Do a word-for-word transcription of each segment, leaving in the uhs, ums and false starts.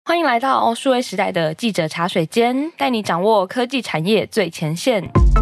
欢迎来到数位时代的记者茶水间，带你掌握科技产业最前线。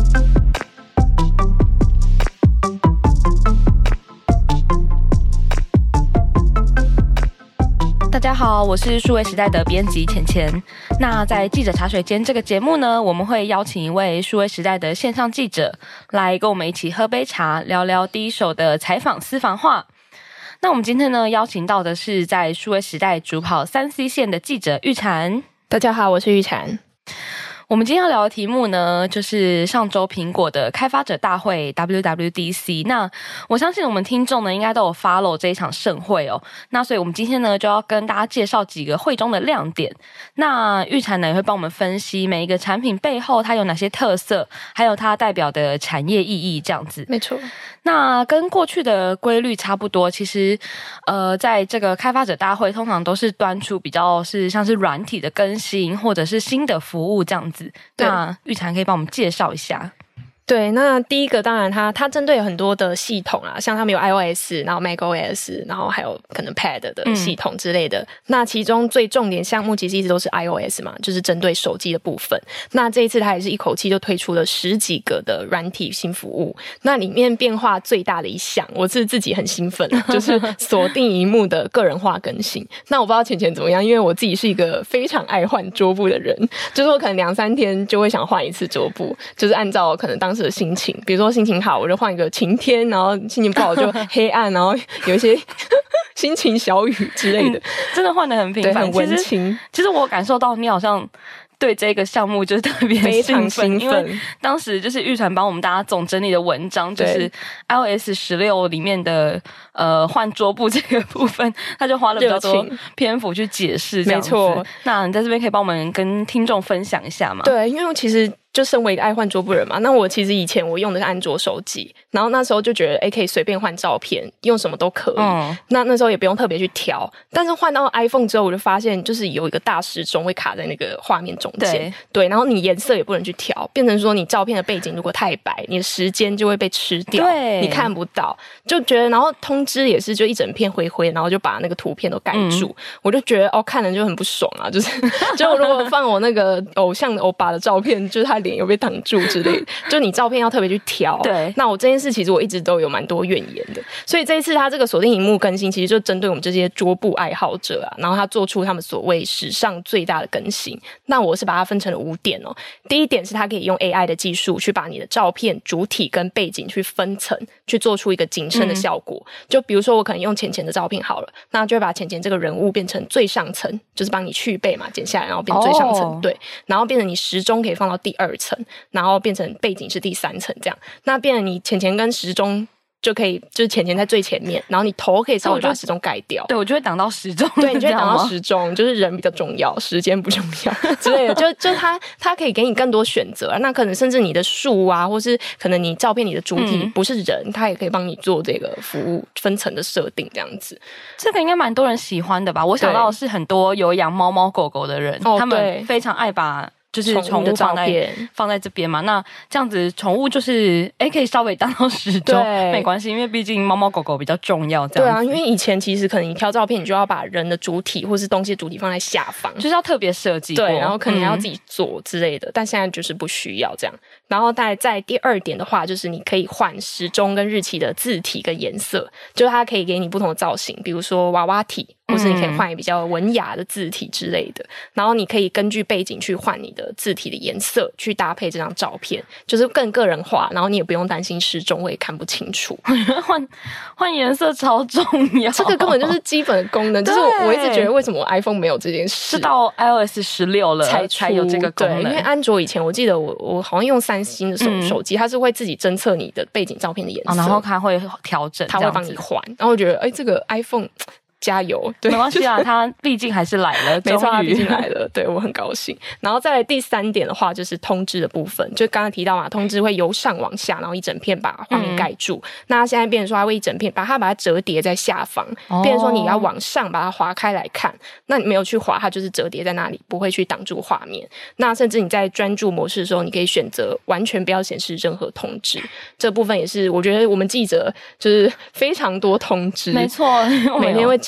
大家好，我是数位时代的编辑浅浅。那在记者茶水间这个节目呢，我们会邀请一位数位时代的线上记者来跟我们一起喝杯茶，聊聊第一手的采访私房话。那我们今天呢，邀请到的是在数位时代主跑三 C 线的记者玉婵。 大家好，我是玉婵。 我们今天要聊的题目呢，就是上周苹果的开发者大会 W W D C。那我相信我们听众呢，应该都有 follow 这一场盛会哦。那所以我们今天呢，就要跟大家介绍几个会中的亮点。那玉婵呢，也会帮我们分析每一个产品背后它有哪些特色，还有它代表的产业意义，这样子。 没错。 那跟过去的规律差不多，其实，呃，在这个开发者大会，通常都是端出比较是像是软体的更新，或者是新的服务这样子。那玉婵可以帮我们介绍一下。 对，那第一个当然它它针对很多的系统啊，像他们有 iOS， 然后 macOS， 然后还有可能 Pad 的系统之类的。嗯、那其中最重点项目其实一直都是 iOS 嘛，就是针对手机的部分。那这一次它也是一口气就推出了十几个的软体新服务。那里面变化最大的一项，我是自己很兴奋，就是锁定萤幕的个人化更新。那我不知道浅浅怎么样，因为我自己是一个非常爱换桌布的人，就是我可能两三天就会想换一次桌布，就是按照可能当时的心情，比如说心情好我就换一个晴天，然后心情不好就黑暗，然后有一些心情小雨之类的、嗯、 真的换得很频繁， 很温馨。 其实我感受到你好像对这个项目就是特别非常兴奋， 因为当时就是玉婵帮我们大家总整理的文章，就是 iOS 十六里面的呃换桌布这个部分，他就花了比较多篇幅去解释这样子。没错，那你在这边可以帮我们跟听众分享一下吗？ 对，因为其实就身为一个爱换桌布人嘛，那我其实以前我用的是安卓手机，然后那时候就觉得诶可以随便换照片，用什么都可以、嗯、那那时候也不用特别去调。但是换到 iPhone 之后，我就发现就是有一个大时钟会卡在那个画面中间， 对, 对，然后你颜色也不能去调，变成说你照片的背景如果太白，你的时间就会被吃掉，对，你看不到，就觉得。然后通知也是就一整片灰灰，然后就把那个图片都盖住、嗯、我就觉得哦看了就很不爽啊，就是就如果放我那个偶像的欧巴的照片，就是他脸有被挡住之类的，就你照片要特别去调。对，那我这件事其实我一直都有蛮多怨言的，所以这一次他这个锁定萤幕更新，其实就针对我们这些桌布爱好者啊，然后他做出他们所谓史上最大的更新。那我是把它分成了五点哦。第一点是它可以用 A I 的技术去把你的照片主体跟背景去分层，去做出一个景深的效果、嗯、就比如说我可能用浅浅的照片好了，那就会把浅浅这个人物变成最上层，就是帮你去背嘛，剪下来然后变成最上层、哦、对，然后变成你时钟可以放到第二层，然后变成背景是第三层，这样那变成你浅浅跟时钟就可以，就是浅浅在最前面，然后你头可以稍微把时钟盖掉， 对，我就会挡到时钟， 对，你就会挡到时钟，就是人比较重要，时间不重要之类的，就就它它可以给你更多选择，那可能甚至你的树啊，或是可能你照片里的主体不是人，嗯、它也可以帮你做这个服务分层的设定，这样子， 这个应该蛮多人喜欢的吧？我想到的是很多有养猫猫狗狗的人，哦、他们非常爱把。就是宠物放在放在这边嘛，那这样子宠物就是诶可以稍微当到时钟没关系，因为毕竟猫猫狗狗比较重要这样子。对啊，因为以前其实可能你挑照片，你就要把人的主体或是东西的主体放在下方， 就是要特别设计过， 对，然后可能还要自己做之类的、嗯、但现在就是不需要这样。然后在在第二点的话，就是你可以换时钟跟日期的字体跟颜色，就是它可以给你不同的造型，比如说娃娃体，或是你可以换比较文雅的字体之类的、嗯、然后你可以根据背景去换你的字体的颜色去搭配这张照片，就是更个人化，然后你也不用担心时钟会看不清楚换换颜色超重要， 这个根本就是基本的功能，就是我一直觉得为什么 iPhone 没有这件事， 是到 iOS 十六了才才有这个功能。 对，因为安卓以前我记得我我好像用三星的手、嗯、手机，它是会自己侦测你的背景照片的颜色、哦、 然后它会调整， 它会帮你换，然后我觉得哎，这个 iPhone加油，对， 没关系啊，他毕竟还是来了， 没错，他毕竟来了，对，我很高兴。然后再来第三点的话，就是通知的部分，就刚刚提到嘛，通知会由上往下，然后一整片把画面盖住。嗯、那现在变成说，它会一整片把它把它折叠在下方，哦、变成说你要往上把它划开来看，那你没有去划，它就是折叠在那里，不会去挡住画面。那甚至你在专注模式的时候，你可以选择完全不要显示任何通知。这部分也是我觉得我们记者就是非常多通知， 没错， 每天会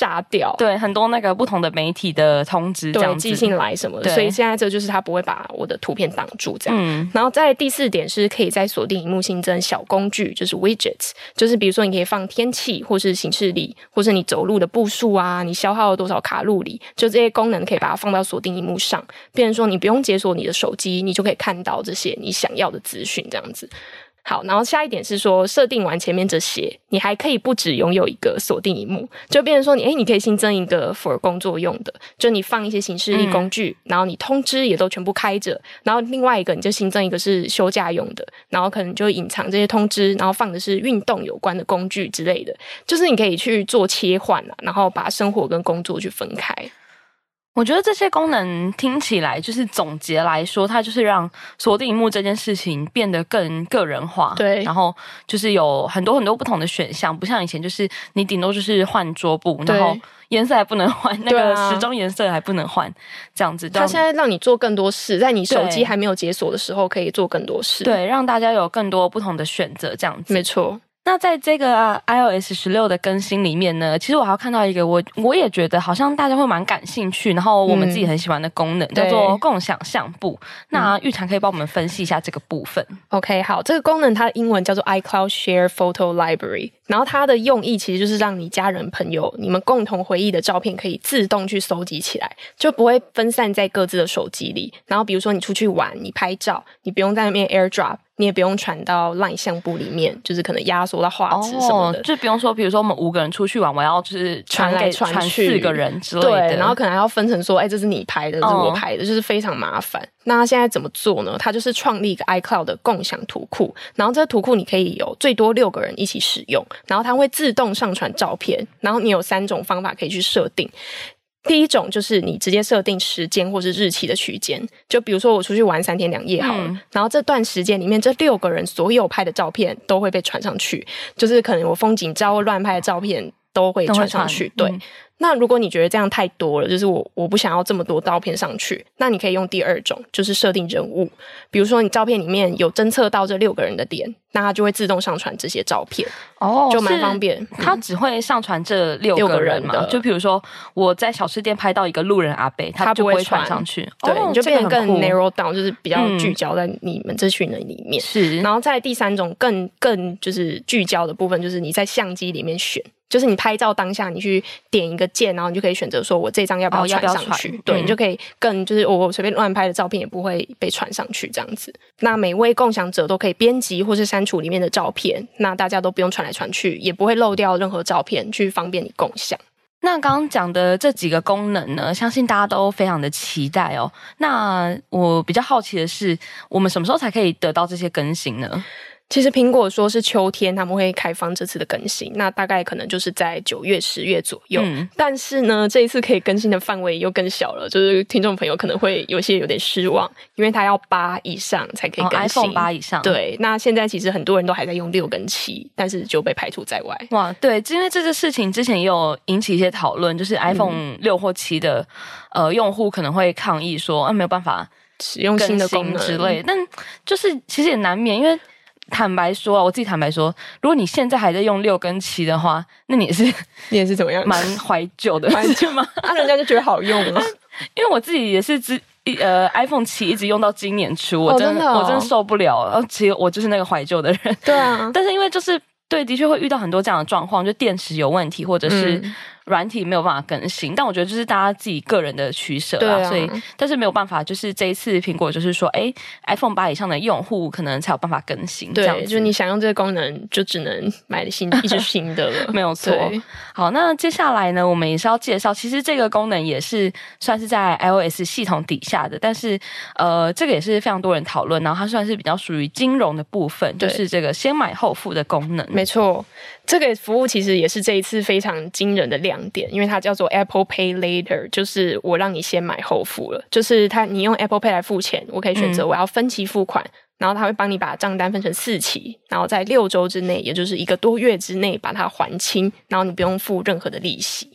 炸掉， 对，很多那个不同的媒体的通知这样子， 对，寄信来什么的，所以现在这就是它不会把我的图片挡住这样。嗯，然后在第四点是可以在锁定萤幕新增小工具，就是 widgets， 就是比如说你可以放天气或是行事历，或是你走路的步数啊，你消耗了多少卡路里，就这些功能可以把它放到锁定萤幕上，变成说你不用解锁你的手机，你就可以看到这些你想要的资讯这样子。好，然后下一点是说，设定完前面这些，你还可以不只拥有一个锁定萤幕，就变成说你，诶，你可以新增一个 for 工作用的，就你放一些行事历工具，嗯、然后你通知也都全部开着，然后另外一个你就新增一个是休假用的，然后可能就隐藏这些通知，然后放的是运动有关的工具之类的，就是你可以去做切换啊，然后把生活跟工作去分开。 我觉得这些功能听起来就是总结来说，它就是让锁定萤幕这件事情变得更个人化。 对， 然后就是有很多很多不同的选项，不像以前就是你顶多就是换桌布，然后颜色还不能换，那个时钟颜色还不能换，这样子。 它现在让你做更多事，在你手机还没有解锁的时候可以做更多事。 对，让大家有更多不同的选择，这样子。 没错。 那在这个 iOS 十六的更新里面呢，其实我还要看到一个我我也觉得好像大家会蛮感兴趣，然后我们自己很喜欢的功能，嗯、叫做共享相簿。那玉嬋可以帮我们分析一下这个部分。 OK， 好，这个功能它的英文叫做 iCloud Share Photo Library， 然后它的用意其实就是让你家人朋友你们共同回忆的照片可以自动去搜集起来，就不会分散在各自的手机里。然后比如说你出去玩，你拍照，你不用在那边 AirDrop。你也不用传到 LINE 相簿里面，就是可能压缩到画质什么的， 哦、就不用说，比如说我们五个人出去玩，我要就是传来传去四个人之类的， 对，然后可能还要分成说，哎，这是你拍的，这是我拍的，哦、就是非常麻烦。那现在怎么做呢？它就是创立一个 iCloud 的共享图库，然后这个图库你可以有最多六个人一起使用，然后它会自动上传照片，然后你有三种方法可以去设定。第一种就是你直接设定时间或是日期的区间，就比如说我出去玩三天两夜好了，嗯、然后这段时间里面这六个人所有拍的照片都会被传上去，就是可能我风景照乱拍的照片都会传上去，对。嗯，那如果你觉得这样太多了，就是我我不想要这么多照片上去，那你可以用第二种，就是设定人物。比如说你照片里面有侦测到这六个人的脸，那它就会自动上传这些照片， 哦， 就蛮方便。 它只会上传这六个人嘛？人就比如说我在小吃店拍到一个路人阿伯，它就不会传上去， 对， 哦、 你就变得更 narrow down， 就是比较聚焦在你们这群人里面。 是、嗯， 然后在第三种更更就是聚焦的部分，就是你在相机里面选。就是你拍照当下，你去点一个键，然后你就可以选择说我这张要不要传上去，哦、要要对、嗯、你就可以更就是我随便乱拍的照片也不会被传上去这样子。那每位共享者都可以编辑或是删除里面的照片，那大家都不用传来传去，也不会漏掉任何照片，去方便你共享。 那刚刚讲的这几个功能呢，相信大家都非常的期待哦。那我比较好奇的是，我们什么时候才可以得到这些更新呢？ 其实苹果说是秋天他们会开放这次的更新，那大概可能就是在九月十月左右、嗯、但是呢这一次可以更新的范围又更小了，就是听众朋友可能会有些有点失望，因为它要八以上才可以更新、 哦、iPhone 八以上， 对，那现在其实很多人都还在用六跟七，但是就被排除在外。 哇，对，因为这个事情之前也有引起一些讨论，就是 iPhone 六或七的、嗯、呃用户可能会抗议说啊没有办法使用新的功能之类的，但就是其实也难免，因为坦白说啊，我自己坦白说，如果你现在还在用六跟七的话，那你也是你也是怎么样？ 蛮怀旧的， 怀旧吗？啊，人家就觉得好用了。 因为我自己也是只呃 iPhone 七一直用到今年初，我真的、哦真的哦、我真的受不了。然后其实我就是那个怀旧的人， 对啊。 但是因为就是对，的确会遇到很多这样的状况，就电池有问题，或者是、嗯软体没有办法更新，但我觉得就是大家自己个人的取舍啦、啊、所以但是没有办法，就是这一次苹果就是说哎 iPhone 八以上的用户可能才有办法更新， 对， 这样子就你想用这个功能就只能买新一支新的了。 没有错。好，那接下来呢我们也是要介绍，其实这个功能也是算是在 iOS 系统底下的，但是呃这个也是非常多人讨论，然后它算是比较属于金融的部分，就是这个先买后付的功能。 没错，这个服务其实也是这一次非常惊人的亮点，因为它叫做 Apple Pay Later， 就是我让你先买后付了，就是它你用 Apple Pay 来付钱，我可以选择我要分期付款、嗯、然后它会帮你把账单分成四期，然后在六周之内，也就是一个多月之内把它还清，然后你不用付任何的利息。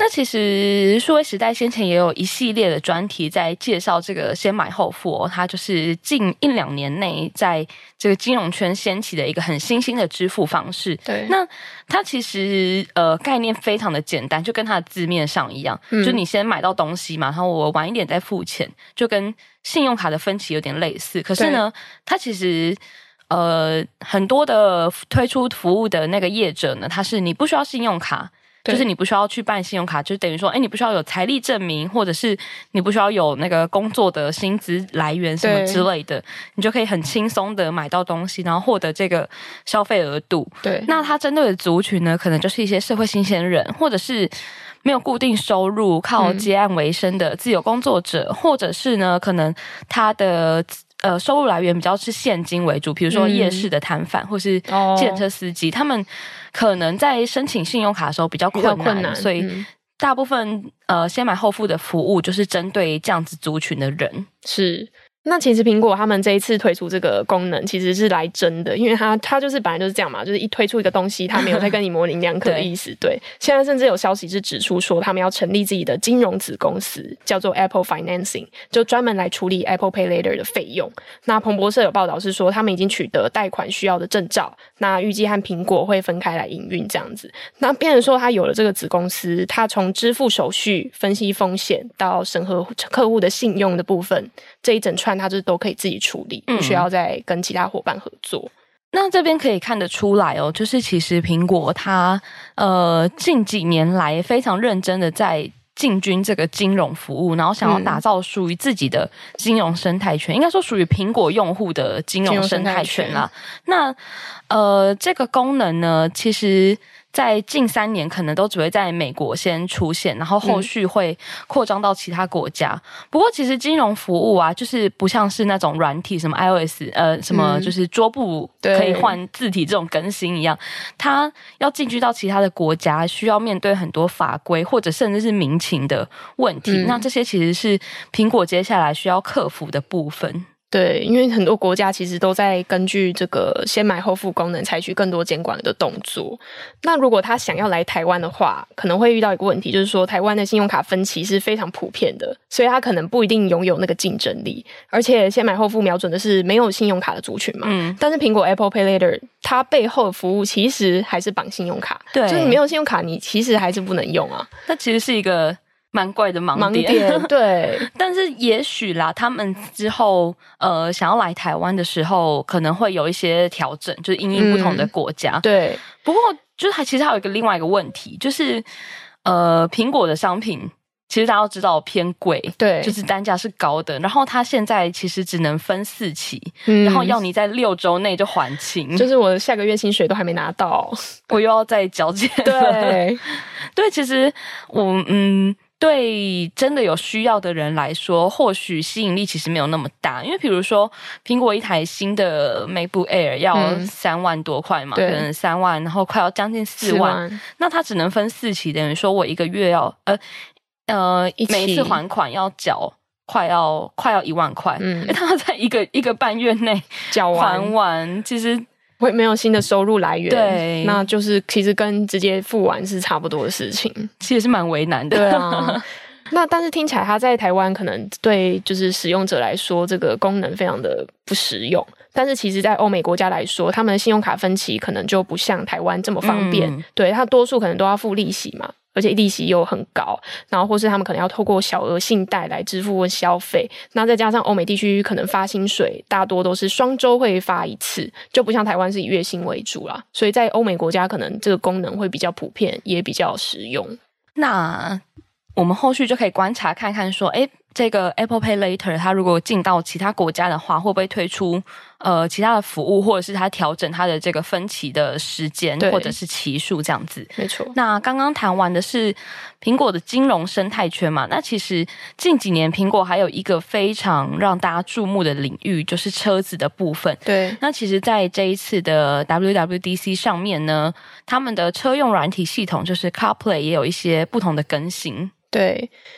那其实数位时代先前也有一系列的专题在介绍这个先买后付哦，它就是近一两年内在这个金融圈掀起的一个很新兴的支付方式。 对， 那它其实呃概念非常的简单，就跟它的字面上一样，嗯、就你先买到东西嘛，然后我晚一点再付钱，就跟信用卡的分期有点类似。可是呢，它其实呃很多的推出服务的那个业者呢，它是你不需要信用卡。就是你不需要去办信用卡，就等于说，哎，你不需要有财力证明，或者是你不需要有那个工作的薪资来源什么之类的，你就可以很轻松的买到东西，然后获得这个消费额度。 对， 那它针对的族群呢，可能就是一些社会新鲜人，或者是没有固定收入、靠接案为生的自由工作者，嗯、或者是呢，可能他的。呃，收入来源比较是现金为主，比如说夜市的摊贩、嗯、或是计程车司机、哦，他们可能在申请信用卡的时候比较困难， 困难所以大部分呃先买后付的服务就是针对这样子族群的人。 是。那其实苹果他们这一次推出这个功能其实是来真的，因为它它就是本来就是这样嘛，就是一推出一个东西它没有在跟你模棱两可的意思。对，对，现在甚至有消息是指出说他们要成立自己的金融子公司，叫做 Apple Financing， 就专门来处理 Apple Pay Later 的费用。那彭博社有报道是说他们已经取得贷款需要的证照，那预计和苹果会分开来营运这样子。那变成说他有了这个子公司，他从支付手续、分析风险到审核客户的信用的部分，这一整串它就是都可以自己处理，不需要再跟其他伙伴合作。嗯， 那这边可以看得出来哦，就是其实苹果它呃近几年来非常认真的在进军这个金融服务，然后想要打造属于自己的金融生态圈，嗯、应该说属于苹果用户的金融生态圈啦。那呃这个功能呢，其实在近三年可能都只会在美国先出现，然后后续会扩张到其他国家。嗯、不过其实金融服务啊，就是不像是那种软体什么 iOS 呃什么就是桌布可以换字体这种更新一样，它要进军到其他的国家，需要面对很多法规或者甚至是民情的问题。嗯、那这些其实是苹果接下来需要克服的部分。 对，因为很多国家其实都在根据这个先买后付功能采取更多监管的动作。那如果他想要来台湾的话，可能会遇到一个问题，就是说台湾的信用卡分期是非常普遍的，所以他可能不一定拥有那个竞争力。而且先买后付瞄准的是没有信用卡的族群嘛，嗯，但是苹果 Apple Pay Later 它背后的服务其实还是绑信用卡， 对， 就是你没有信用卡，你其实还是不能用啊。 它其实是一个蛮怪的盲点， 盲点对。 但是也许啦，他们之后呃想要来台湾的时候，可能会有一些调整，就是因应不同的国家。 嗯、对， 不过就是还其实还有一个另外一个问题，就是呃苹果的商品其实大家都知道偏贵， 对， 就是单价是高的。然后它现在其实只能分四期，嗯、然后要你在六周内就还清， 就是我下个月薪水都还没拿到， 我又要再交钱了。 对， 对，其实我嗯。对真的有需要的人来说，或许吸引力其实没有那么大，因为比如说苹果一台新的 MacBook Air 要三万多块嘛，嗯、可能三万，然后快要将近四万，四万那它只能分四期，等于说我一个月要呃呃每一次还款要缴快要快要一万块，嗯，他要在一个一个半月内缴完还完，其实。 会没有新的收入来源， 对， 那就是其实跟直接付完是差不多的事情， 其实是蛮为难的。 对啊，那但是听起来它在台湾可能对就是使用者来说，这个功能非常的不实用。但是其实在欧美国家来说，他们的信用卡分期可能就不像台湾这么方便，嗯、对，它多数可能都要付利息嘛。而且利息又很高，然后或是他们可能要透过小额信贷来支付消费，那再加上欧美地区可能发薪水大多都是双周会发一次，就不像台湾是以月薪为主啦，所以在欧美国家可能这个功能会比较普遍，也比较实用。 那我们后续就可以观察看看说，诶这个 Apple Pay Later 它如果进到其他国家的话，会不会推出呃其他的服务，或者是它调整它的这个分期的时间或者是期数这样子。 没错。 那刚刚谈完的是苹果的金融生态圈嘛，那其实近几年苹果还有一个非常让大家注目的领域，就是车子的部分。 对。 那其实在这一次的 W W D C 上面呢，他们的车用软体系统就是 CarPlay 也有一些不同的更新。 对。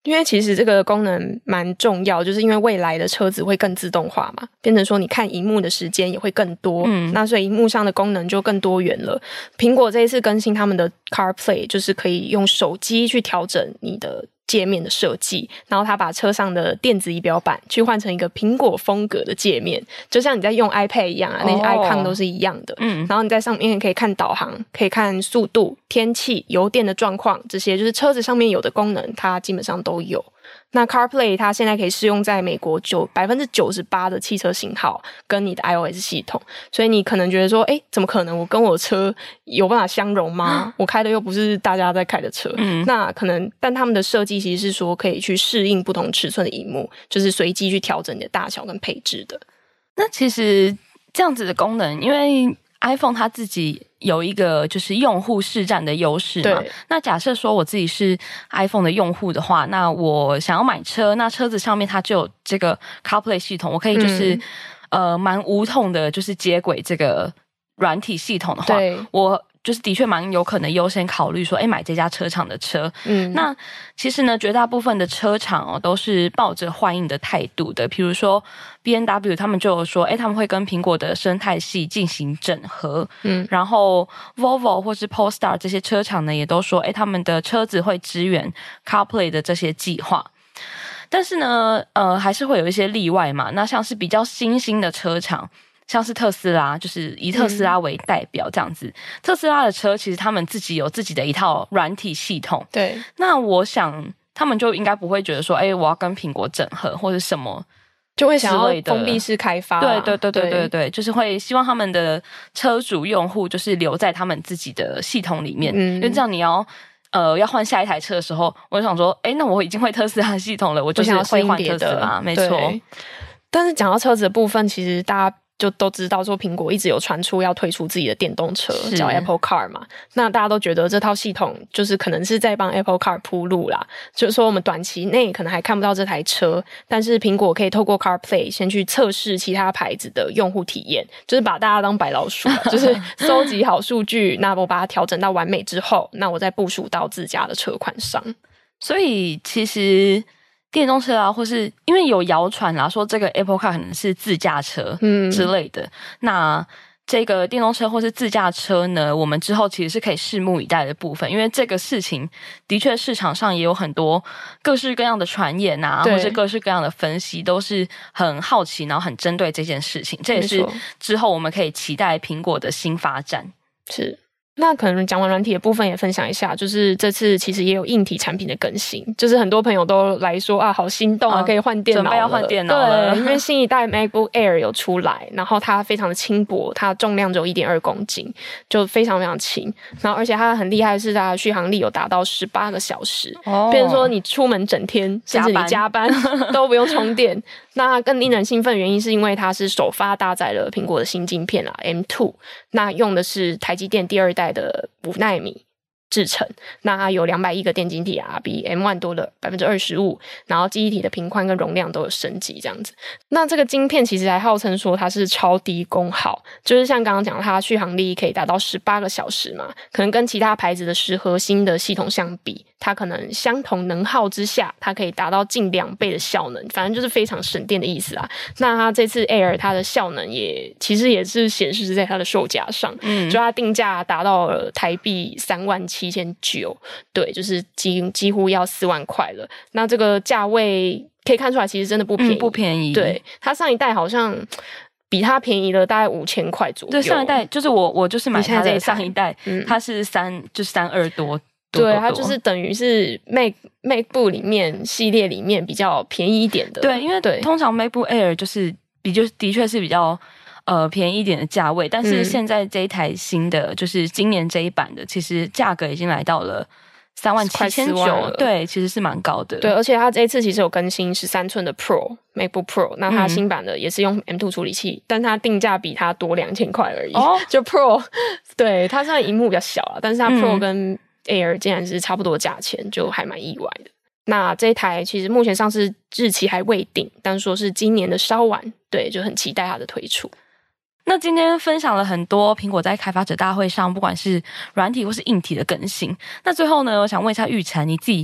因为其实这个功能蛮重要，就是因为未来的车子会更自动化嘛，变成说你看萤幕的时间也会更多，嗯，那所以萤幕上的功能就更多元了。苹果这一次更新他们的 CarPlay， 就是可以用手机去调整你的界面的设计，然后他把车上的电子仪表板去换成一个苹果风格的界面，就像你在用 iPad 一样啊，那些 icon 都是一样的，嗯，然后你在上面可以看导航，可以看速度、天气、油电的状况，这些就是车子上面有的功能它基本上都有。那 CarPlay 它现在可以适用在美国九百分之九十八的汽车型号跟你的 iOS 系统，所以你可能觉得说，哎，怎么可能？我跟我车有办法相容吗？我开的又不是大家在开的车，嗯，那可能，但他们的设计其实是说可以去适应不同尺寸的萤幕，就是随机去调整你的大小跟配置的。 那其实这样子的功能，因为 iPhone 它自己有一个就是用户市占的优势嘛，那假设说我自己是 iPhone 的用户的话，那我想要买车，那车子上面它就有这个 CarPlay 系统，我可以就是、嗯、呃蛮无痛的就是接轨这个软体系统的话，我就是的确蛮有可能优先考虑说，哎，买这家车厂的车。嗯，那其实呢，绝大部分的车厂哦都是抱着欢迎的态度的。比如说 B M W 他们就有说，哎，他们会跟苹果的生态系进行整合。嗯，然后 Volvo 或是 Polestar 这些车厂呢，也都说，哎，他们的车子会支援 CarPlay 的这些计划。但是呢，呃，还是会有一些例外嘛。那像是比较新兴的车厂。像是特斯拉，就是以特斯拉为代表这样子、嗯、特斯拉的车其实他们自己有自己的一套软体系统， 对， 那我想他们就应该不会觉得说，哎，我要跟苹果整合或者什么， 就会想要封闭式开发、啊、 对对对对对对，就是会希望他们的车主用户就是留在他们自己的系统里面、嗯、因为这样你要呃，要换下一台车的时候，我就想说，哎，那我已经会特斯拉的系统了，我就是会换特斯拉，没错。 但是讲到车子的部分，其实大家就都知道说苹果一直有传出要推出自己的电动车叫 Apple Car 嘛，那大家都觉得这套系统就是可能是在帮 Apple Car 铺路啦，就是说我们短期内可能还看不到这台车，但是苹果可以透过 CarPlay 先去测试其他牌子的用户体验，就是把大家当白老鼠就是收集好数据，那我把它调整到完美之后，那我再部署到自家的车款上。 所以其实电动车啊，或是因为有谣传啦，说这个 Apple Car 可能是自驾车之类的、嗯、那这个电动车或是自驾车呢，我们之后其实是可以拭目以待的部分，因为这个事情的确市场上也有很多各式各样的传言啊，或是各式各样的分析，都是很好奇然后很针对这件事情，这也是之后我们可以期待苹果的新发展。 是，那可能讲完软体的部分也分享一下，就是这次其实也有硬体产品的更新，就是很多朋友都来说啊，好心动啊，可以换电脑了， 准备要换电脑了。 对，因为新一代 MacBook Air 有出来，然后它非常的轻薄，它重量只有 一点二公斤，就非常非常轻。然后而且它很厉害的是它的续航力有达到十八个小时，哦，变成说你出门整天甚至你加班都不用充电。那更令人兴奋的原因是因为它是首发搭载了苹果的新晶片啦 M 二， 那用的是台积电第二代的五奈米制程，那它有两百亿个电晶体啊，比 M 一 多了 百分之二十五， 然后记忆体的频宽跟容量都有升级这样子。那这个晶片其实还号称说它是超低功耗，就是像刚刚讲它续航力可以达到十八个小时嘛，可能跟其他牌子的十核心的系统相比，它可能相同能耗之下，它可以达到近两倍的效能，反正就是非常省电的意思啊。那它这次 Air 它的效能也其实也是显示在它的售价上，嗯，就它定价达到了台币三万七千九，对，就是几几乎要四万块了。那这个价位可以看出来，其实真的不便宜， 嗯、不便宜。 对，它上一代好像比它便宜了大概五千块左右。 对，上一代就是我我就是买它的上一代，嗯、它是三就是三二多。 对，它就是等于是 Mac MacBook 里面系列里面比较便宜一点的。 对，因为通常 MacBook Air 就是比就的确是比较呃便宜一点的价位，但是现在这一台新的、嗯、就是今年这一版的，其实价格已经来到了三万七千九，对，其实是蛮高的。 对，而且它这一次其实有更新十三寸的 Pro MacBook Pro， 那它新版的也是用 M 二 处理器，但它定价比它多两千块而已。哦，就 Pro， 对，它虽然萤幕比较小了，但是它 Pro 跟、嗯Air 竟然是差不多的价钱，就还蛮意外的。那这一台其实目前上市日期还未定，但说是今年的稍晚，对，就很期待它的推出。 那今天分享了很多苹果在开发者大会上不管是软体或是硬体的更新，那最后呢，我想问一下玉婵，你自己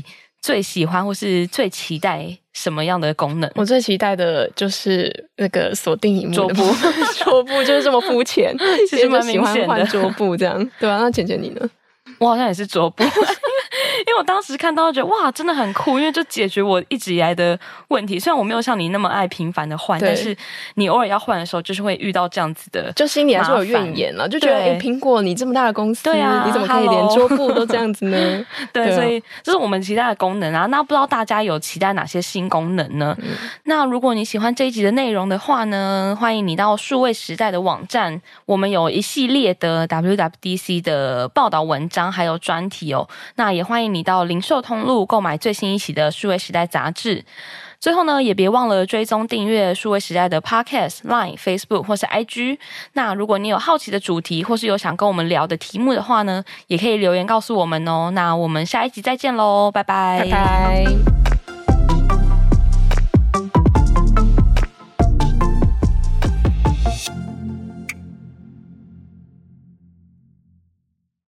最喜欢或是最期待什么样的功能？ 我最期待的就是那个锁定萤幕桌布， 桌布就是这么肤浅， 其实蛮明显的。 喜欢换桌布这样，对吧、啊？那浅浅你呢？ 我好像也是桌布。因为我当时看到觉得哇真的很酷，因为就解决我一直以来的问题。虽然我没有像你那么爱频繁的换，但是你偶尔要换的时候就是会遇到这样子的， 就心里还是有怨言了，就觉得哎，苹果你这么大的公司，对啊，你怎么可以连桌布都这样子呢？ 对, 对、啊，所以这是我们期待的功能啊。那不知道大家有期待哪些新功能呢？嗯、那如果你喜欢这一集的内容的话呢，欢迎你到数位时代的网站，我们有一系列的 W W D C 的报道文章还有专题哦。那也欢迎你到零售通路购买最新一期的数位时代杂志。最后呢，也别忘了追踪订阅数位时代的 Podcast、Line、Facebook 或是 I G。那如果你有好奇的主题，或是有想跟我们聊的题目的话呢，也可以留言告诉我们哦。那我们下一集再见喽，拜拜， 拜拜。